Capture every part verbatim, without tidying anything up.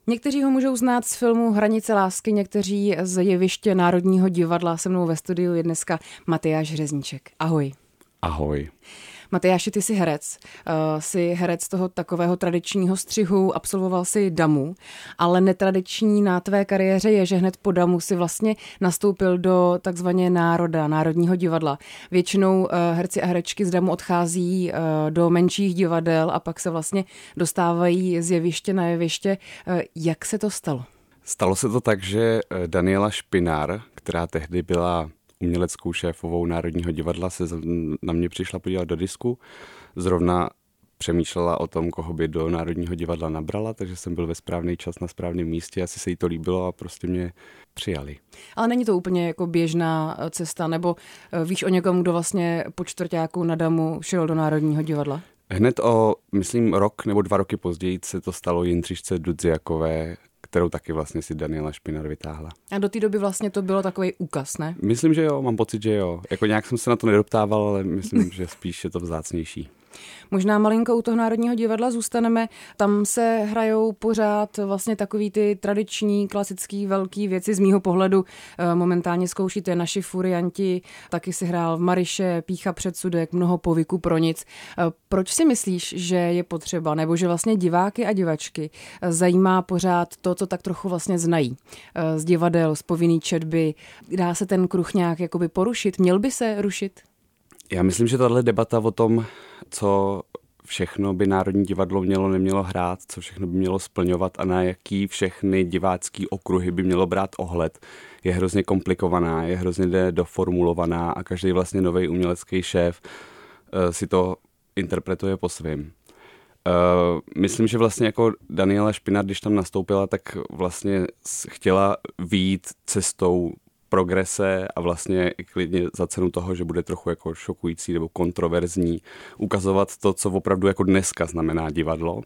Někteří ho můžou znát z filmu Hranice lásky, někteří z jeviště Národního divadla. Se mnou ve studiu je dneska Matyáš Řezníček. Ahoj. Ahoj. Matyáši, ty jsi herec. Uh, jsi herec toho takového tradičního střihu, absolvoval si Damu, ale netradiční na tvé kariéře je, že hned po Damu si vlastně nastoupil do takzvaně Národa, Národního divadla. Většinou uh, herci a herečky z Damu odchází uh, do menších divadel a pak se vlastně dostávají z jeviště na jeviště. Uh, jak se to stalo? Stalo se to tak, že Daniela Špinár, která tehdy byla uměleckou šéfovou Národního divadla, se na mě přišla podívat do disku. Zrovna přemýšlela o tom, koho by do Národního divadla nabrala, takže jsem byl ve správný čas na správném místě, asi se jí to líbilo a prostě mě přijali. Ale není to úplně jako běžná cesta, nebo víš o někom, kdo vlastně po čtvrťáku na Damu šel do Národního divadla? Hned o, myslím, rok nebo dva roky později se to stalo Jindřišce Dudziakové, kterou taky vlastně si Daniela Špinár vytáhla. A do té doby vlastně to bylo takový úkaz, ne? Myslím, že jo, mám pocit, že jo. Jako nějak jsem se na to nedoptával, ale myslím, že spíš je to vzácnější. Možná malinko u toho Národního divadla zůstaneme. Tam se hrajou pořád vlastně takový ty tradiční, klasický, velký věci z mýho pohledu. Momentálně zkoušíte Naši furianti, taky si hrál v Maryše, Pýcha předsudek, Mnoho povyků pro nic. Proč si myslíš, že je potřeba, nebo že vlastně diváky a divačky zajímá pořád to, co tak trochu vlastně znají? Z divadel, z povinný četby, dá se ten kruh nějak jakoby porušit? Měl by se rušit? Já myslím, že tahle debata o tom, co všechno by Národní divadlo mělo, nemělo hrát, co všechno by mělo splňovat a na jaký všechny divácký okruhy by mělo brát ohled, je hrozně komplikovaná, je hrozně doformulovaná a každý vlastně nový umělecký šéf uh, si to interpretuje po svým. Uh, myslím, že vlastně jako Daniela Špinár, když tam nastoupila, tak vlastně chtěla vyjít cestou progrese a vlastně i klidně za cenu toho, že bude trochu jako šokující nebo kontroverzní, ukazovat to, co opravdu jako dneska znamená divadlo.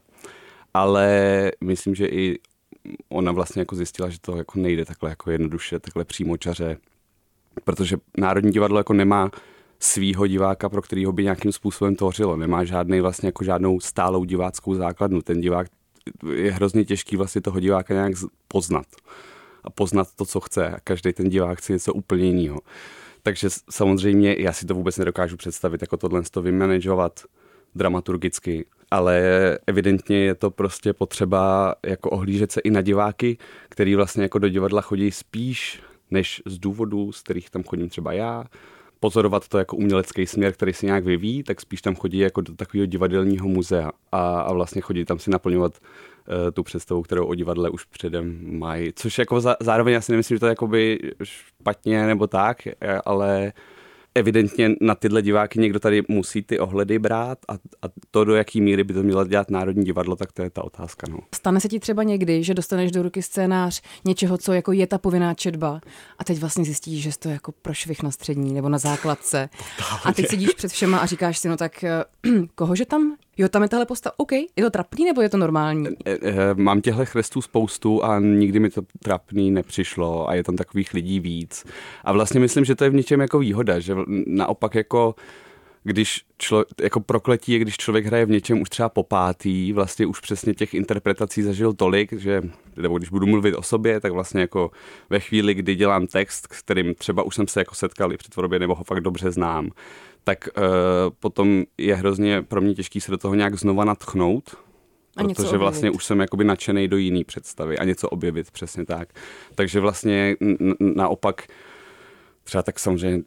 Ale myslím, že i ona vlastně jako zjistila, že to jako nejde takhle jako jednoduše, takhle přímočaře, protože Národní divadlo jako nemá svýho diváka, pro kterýho by nějakým způsobem tvořilo. Nemá žádnej vlastně jako žádnou stálou diváckou základnu. Ten divák je hrozně těžký vlastně toho diváka nějak poznat. A poznat to, co chce. A každý ten divák chce něco úplně jiného. Takže samozřejmě já si to vůbec nedokážu představit, jako tohle to vymanagovat dramaturgicky, ale evidentně je to prostě potřeba jako ohlížet se i na diváky, který vlastně jako do divadla chodí spíš než z důvodů, z kterých tam chodím třeba já. Pozorovat to jako umělecký směr, který se nějak vyvíjí, tak spíš tam chodí jako do takového divadelního muzea a, a vlastně chodí tam si naplňovat uh, tu představu, kterou o divadle už předem mají. Což jako za, zároveň já si nemyslím, že to je jakoby špatně nebo tak, ale evidentně na tyhle diváky někdo tady musí ty ohledy brát a, a to, do jaký míry by to mělo dělat Národní divadlo, tak to je ta otázka. No. Stane se ti třeba někdy, že dostaneš do ruky scénář něčeho, co jako je ta povinná četba a teď vlastně zjistíš, že to je jako prošvih na střední nebo na základce a teď sedíš před všema a říkáš si, no tak kohože tam? Jo, tam je tahle postava, OK, je to trapný nebo je to normální? Mám těchto chrestů spoustu a nikdy mi to trapný nepřišlo a je tam takových lidí víc. A vlastně myslím, že to je v něčem jako výhoda, že naopak jako když člo, jako prokletí je, když člověk hraje v něčem už třeba po pátý, vlastně už přesně těch interpretací zažil tolik, že, nebo když budu mluvit o sobě, tak vlastně jako ve chvíli, kdy dělám text, kterým třeba už jsem se jako setkal i při tvorbě, nebo ho fakt dobře znám, tak uh, potom je hrozně pro mě těžký se do toho nějak znova nadchnout, protože vlastně už jsem jakoby nadšenej do jiný představy a něco objevit, přesně tak. Takže vlastně n- naopak třeba tak samozřejmě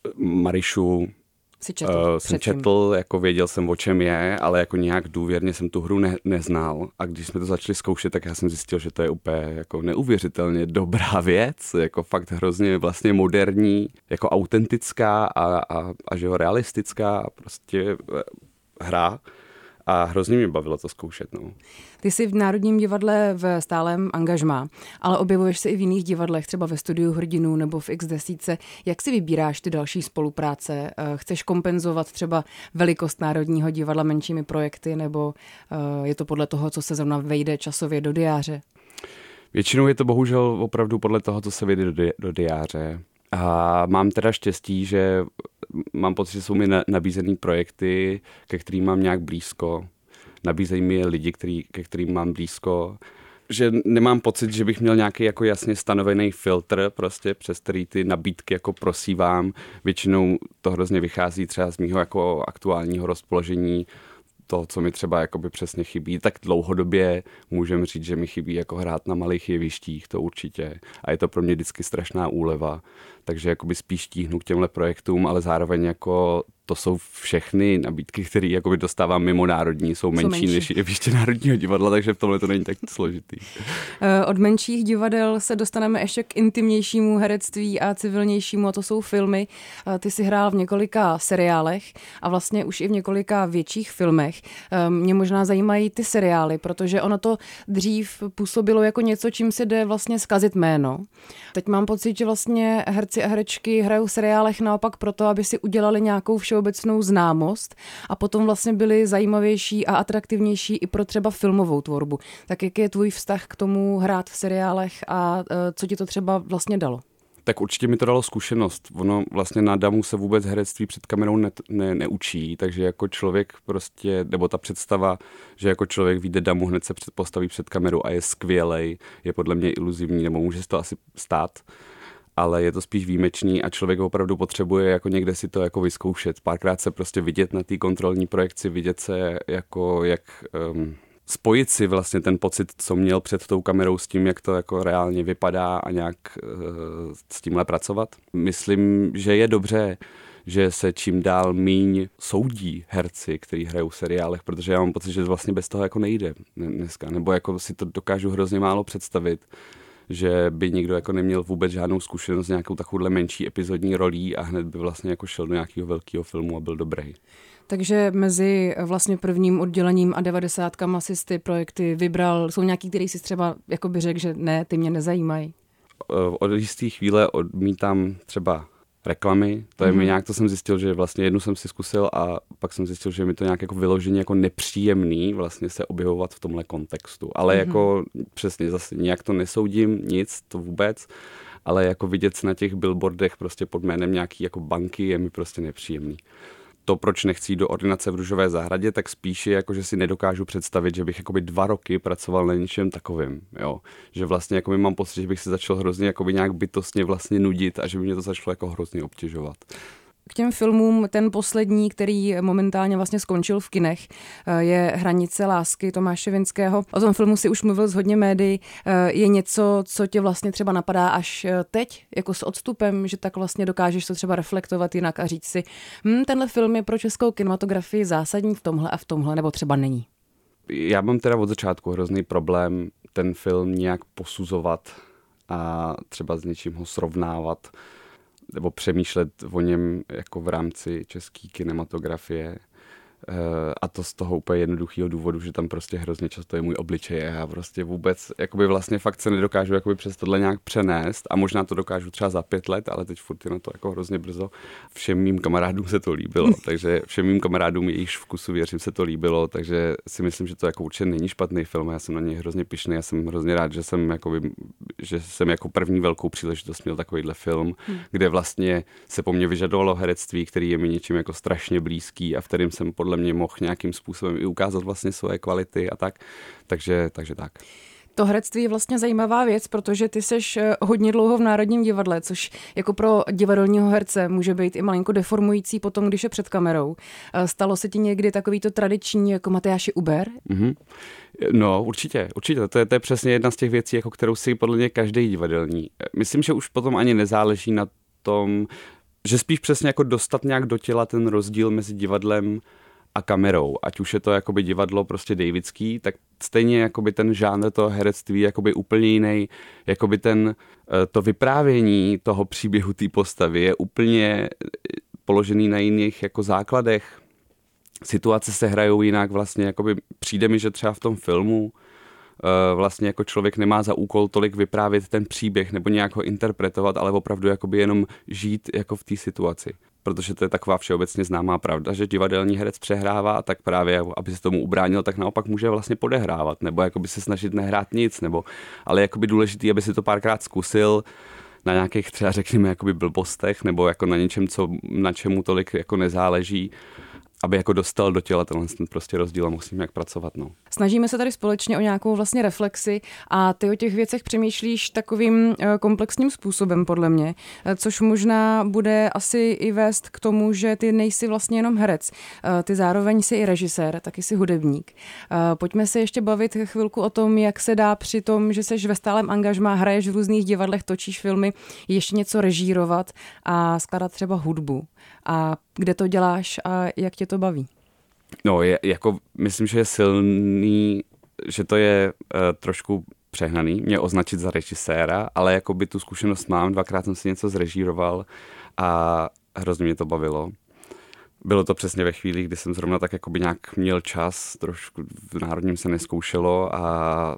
Maryšu si četl, uh, jsem četl, jako věděl jsem, o čem je, ale jako nějak důvěrně jsem tu hru ne- neznal. A když jsme to začali zkoušet, tak já jsem zjistil, že to je úplně jako neuvěřitelně dobrá věc, jako fakt hrozně vlastně moderní, jako autentická a, a, a že jo, realistická a prostě hra. A hrozně mě bavilo to zkoušet. No. Ty jsi v Národním divadle v stálém angažmá, ale objevuješ se i v jiných divadlech, třeba ve Studiu hrdinů nebo v iks deset. Jak si vybíráš ty další spolupráce? Chceš kompenzovat třeba velikost Národního divadla menšími projekty, nebo je to podle toho, co se zrovna vejde časově do diáře? Většinou je to bohužel opravdu podle toho, co se vejde do, di- do diáře. A mám teda štěstí, že mám pocit, že jsou mi nabízený projekty, ke kterým mám nějak blízko. Nabízejí mi lidi, který, ke kterým mám blízko. že nemám pocit, že bych měl nějaký jako jasně stanovený filtr, prostě přes který ty nabídky jako prosívám. Většinou to hrozně vychází třeba z mýho jako aktuálního rozpoložení, to, co mi třeba jakoby přesně chybí, tak dlouhodobě můžeme říct, že mi chybí jako hrát na malých jevištích, to určitě. A je to pro mě vždycky strašná úleva. Takže jakoby spíš tíhnu k těmhle projektům, ale zároveň jako to jsou všechny nabídky, které jakoby dostávám mimo národní, jsou menší, jsou menší. než jeviště Národního divadla, takže v tomhle to není tak složitý. Od menších divadel se dostaneme ještě k intimnějšímu herectví a civilnějšímu, a to jsou filmy. Ty jsi hrál v několika seriálech a vlastně už i v několika větších filmech. Mě možná zajímají ty seriály, protože ono to dřív působilo jako něco, čím se jde vlastně zkazit jméno. Teď mám pocit, že vlastně herci a herečky hrajou v seriálech naopak proto, aby si udělali nějakou všeobecnou známost a potom vlastně byli zajímavější a atraktivnější i pro třeba filmovou tvorbu. Tak jak je tvůj vztah k tomu hrát v seriálech a co ti to třeba vlastně dalo? Tak určitě mi to dalo zkušenost. Ono vlastně na damu se vůbec herectví před kamerou ne, ne, neučí, takže jako člověk prostě, nebo ta představa, že jako člověk vyjde damu, hned se před, postaví před kamerou a je skvělej, je podle mě iluzivní, nebo může se to asi stát, ale je to spíš výjimečný a člověk opravdu potřebuje jako někde si to jako vyzkoušet. Párkrát se prostě vidět na té kontrolní projekci, vidět se jako jak... Um, spojit si vlastně ten pocit, co měl před tou kamerou s tím, jak to jako reálně vypadá a nějak uh, s tímhle pracovat. Myslím, že je dobře, že se čím dál míň soudí herci, kteří hrajou v seriálech, protože já mám pocit, že vlastně bez toho jako nejde dneska, nebo jako si to dokážu hrozně málo představit, že by někdo jako neměl vůbec žádnou zkušenost s nějakou takovouhle menší epizodní rolí a hned by vlastně jako šel do nějakého velkého filmu a byl dobrý. Takže mezi vlastně prvním oddělením a devadesátkama si ty projekty vybral, jsou nějaký, který si třeba jako by řekl, že ne, ty mě nezajímají? Od jisté chvíle odmítám třeba reklamy, to je mm-hmm. mi nějak, to jsem zjistil, že vlastně jednu jsem si zkusil a pak jsem zjistil, že mi to nějak jako vyloženě jako nepříjemný vlastně se objevovat v tomhle kontextu, ale mm-hmm. jako přesně zase nějak to nesoudím, nic, to vůbec, ale jako vidět se na těch billboardech prostě pod jménem nějaký jako banky je mi prostě nepříjemný. To, proč nechci jít do ordinace v Růžové zahradě, tak spíš je jako, že si nedokážu představit, že bych jakoby dva roky pracoval na něčem takovým, jo. Že vlastně jakoby mám pocit, že bych se začal hrozně jakoby nějak bytostně vlastně nudit a že by mě to začalo jako hrozně obtěžovat. K těm filmům ten poslední, který momentálně vlastně skončil v kinech, je Hranice lásky Tomáše Vinského. O tom filmu si už mluvil z hodně médií. Je něco, co tě vlastně třeba napadá až teď, jako s odstupem, že tak vlastně dokážeš to třeba reflektovat jinak a říct si, hm, tenhle film je pro českou kinematografii zásadní v tomhle a v tomhle, nebo třeba není? Já mám teda od začátku hrozný problém ten film nějak posuzovat a třeba s něčím ho srovnávat, nebo přemýšlet o něm jako v rámci české kinematografie. A to z toho úplně jednoduchého důvodu, že tam prostě hrozně často je můj obličej a já prostě vůbec jakoby vlastně fakt se nedokážu jakoby přes tohle nějak přenést a možná to dokážu třeba za pět let, ale teď furt je na to jako hrozně brzo. Všem mým kamarádům se to líbilo, takže všem mým kamarádům, jejichž vkusu věřím, se to líbilo, takže si myslím, že to jako určitě není špatný film, já jsem na něj hrozně pyšný, já jsem hrozně rád, že jsem, jakoby, že jsem jako první velkou příležitost měl takovýhle film, hmm. kde vlastně se po mně vyžadovalo herectví, který je mi něčím jako strašně blízký a v kterém jsem podle mě mohl nějakým způsobem i ukázat vlastně svoje kvality a tak. Takže, takže tak. To herectví je vlastně zajímavá věc, protože ty seš hodně dlouho v Národním divadle, což jako pro divadelního herce může být i malinko deformující potom, když je před kamerou. Stalo se ti někdy takovýto tradiční jako Matyáši Uber? Mm-hmm. No, určitě, určitě. To je, to je přesně jedna z těch věcí, jako kterou si podle mě každý divadelní. Myslím, že už potom ani nezáleží na tom, že spíš přesně jako dostat nějak do těla ten rozdíl mezi divadlem a kamerou. Ať už je to jakoby divadlo prostě davidský, tak stejně jakoby ten žánr toho herectví jakoby úplně jiný, jakoby ten, to vyprávění toho příběhu té postavy je úplně položený na jiných jako základech. Situace se hrajou jinak, vlastně jakoby přijde mi, že třeba v tom filmu vlastně jako člověk nemá za úkol tolik vyprávět ten příběh nebo nějak ho interpretovat, ale opravdu jakoby jenom žít jako v té situaci. Protože to je taková všeobecně známá pravda, že divadelní herec přehrává, tak právě, aby se tomu ubránil, tak naopak může vlastně podehrávat, nebo jakoby se snažit nehrát nic, nebo, ale jakoby důležitý, aby si to párkrát zkusil na nějakých třeba řekněme jakoby blbostech, nebo jako na něčem, co, na čemu tolik jako nezáleží. aby jako dostal do těla tenhle ten prostě rozdíl a mohl s ním jak pracovat. No. Snažíme se tady společně o nějakou vlastně reflexi a ty o těch věcech přemýšlíš takovým komplexním způsobem podle mě, což možná bude asi i vést k tomu, že ty nejsi vlastně jenom herec, ty zároveň jsi i režisér, taky jsi hudebník. Pojďme se ještě bavit chvilku o tom, jak se dá při tom, že seš ve stálem angažmá, hraješ v různých divadlech, točíš filmy, ještě něco režírovat a skládat třeba hudbu. A kde to děláš a jak tě to baví? No, je, jako myslím, že je silný, že to je uh, trošku přehnaný mě označit za režiséra, ale jako by tu zkušenost mám, dvakrát jsem si něco zrežíroval a hrozně mě to bavilo. Bylo to přesně ve chvíli, kdy jsem zrovna tak jako by nějak měl čas, trošku v Národním se neskoušelo a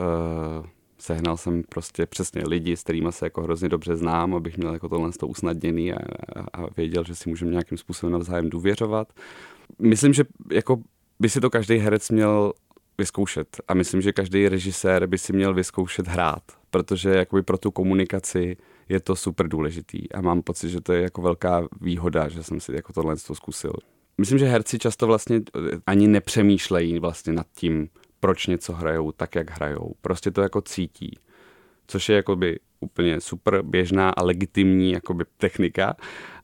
uh, sehnal jsem prostě přesně lidi, s kterými se jako hrozně dobře znám, abych měl jako tohle to usnadněný a, a věděl, že si můžeme nějakým způsobem navzájem důvěřovat. Myslím, že jako by si to každý herec měl vyzkoušet a myslím, že každý režisér by si měl vyzkoušet hrát, protože jakoby pro tu komunikaci je to super důležitý a mám pocit, že to je jako velká výhoda, že jsem si jako tohle to zkusil. Myslím, že herci často vlastně ani nepřemýšlejí vlastně nad tím, proč něco hrajou tak, jak hrajou. Prostě to jako cítí, což je jakoby úplně super běžná a legitimní jakoby technika,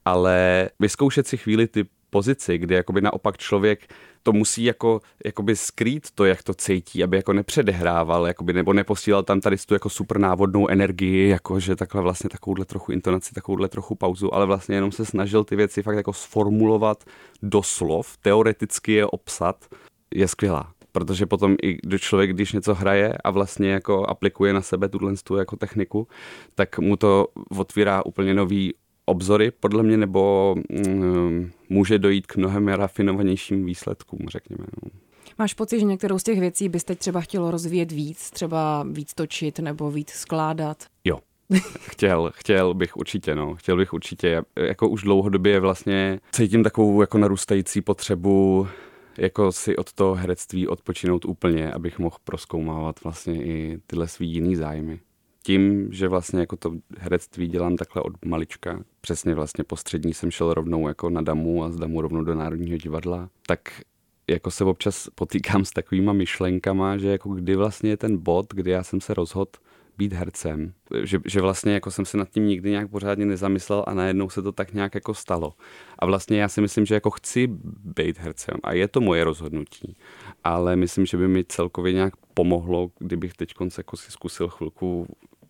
ale vyzkoušet si chvíli ty pozici, kdy jakoby naopak člověk to musí jako, jakoby skrýt to, jak to cítí, aby jako nepředehrával, jakoby, nebo neposílal tam tady tu jako super návodnou energii, jako že takhle vlastně takovouhle trochu intonaci, takovouhle trochu pauzu, ale vlastně jenom se snažil ty věci fakt jako sformulovat do slov, teoreticky je obsat, je skvělá. Protože potom i člověk, když něco hraje a vlastně jako aplikuje na sebe tuhle jako techniku, tak mu to otvírá úplně nový obzory, podle mě, nebo mm, může dojít k mnohem rafinovanějším výsledkům, řekněme. No. Máš pocit, že některou z těch věcí bys teď třeba chtěl rozvíjet víc, třeba víc točit nebo víc skládat? Jo. Chtěl, chtěl bych určitě, no. Chtěl bych určitě. Jako už dlouhodobě vlastně cítím takovou jako narůstající potřebu jako si od toho herectví odpočinout úplně, abych mohl prozkoumávat vlastně i tyhle svý jiný zájmy. Tím, že vlastně jako to herectví dělám takhle od malička, přesně vlastně po střední jsem šel rovnou jako na Damu a z Damu rovnou do Národního divadla, tak jako se občas potýkám s takovýma myšlenkama, že jako kdy vlastně je ten bod, kdy já jsem se rozhodl být hercem. Že, že vlastně jako jsem se nad tím nikdy nějak pořádně nezamyslel a najednou se to tak nějak jako stalo. A vlastně já si myslím, že jako chci být hercem a je to moje rozhodnutí. Ale myslím, že by mi celkově nějak pomohlo, kdybych teď jako si zkusil chvilku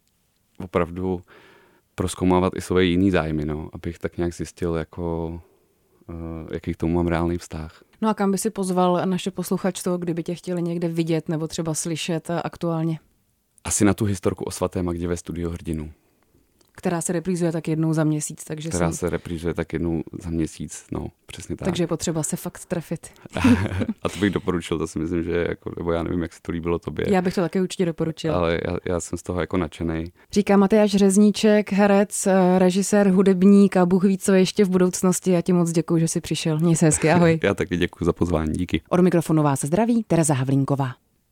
opravdu prozkoumávat i svoje jiný zájmy, no, abych tak nějak zjistil, jako, uh, jaký k tomu mám reálný vztah. No a kam by si pozval naše posluchačstvo, kdyby tě chtěli někde vidět nebo třeba slyšet aktuálně? Asi na tu historku o svaté Magdě ve Studiu hrdinů. Která se reprízuje tak jednou za měsíc. Takže Která jsem... se reprízuje tak jednou za měsíc, no, přesně tak. Takže je potřeba se fakt trefit. A to bych doporučil, to si myslím, že jako, nebo já nevím, jak se to líbilo tobě. Já bych to taky určitě doporučil. Ale já, já jsem z toho jako nadšenej. Říká Matyáš Řezníček, herec, režisér, hudebník a Bůh ví, co ještě v budoucnosti. Já ti moc děkuju, že jsi přišel. Měj se hezky, ahoj. Já taky děkuju za pozvání, díky. Od mikrofonu vás zdraví Tereza Havlínková.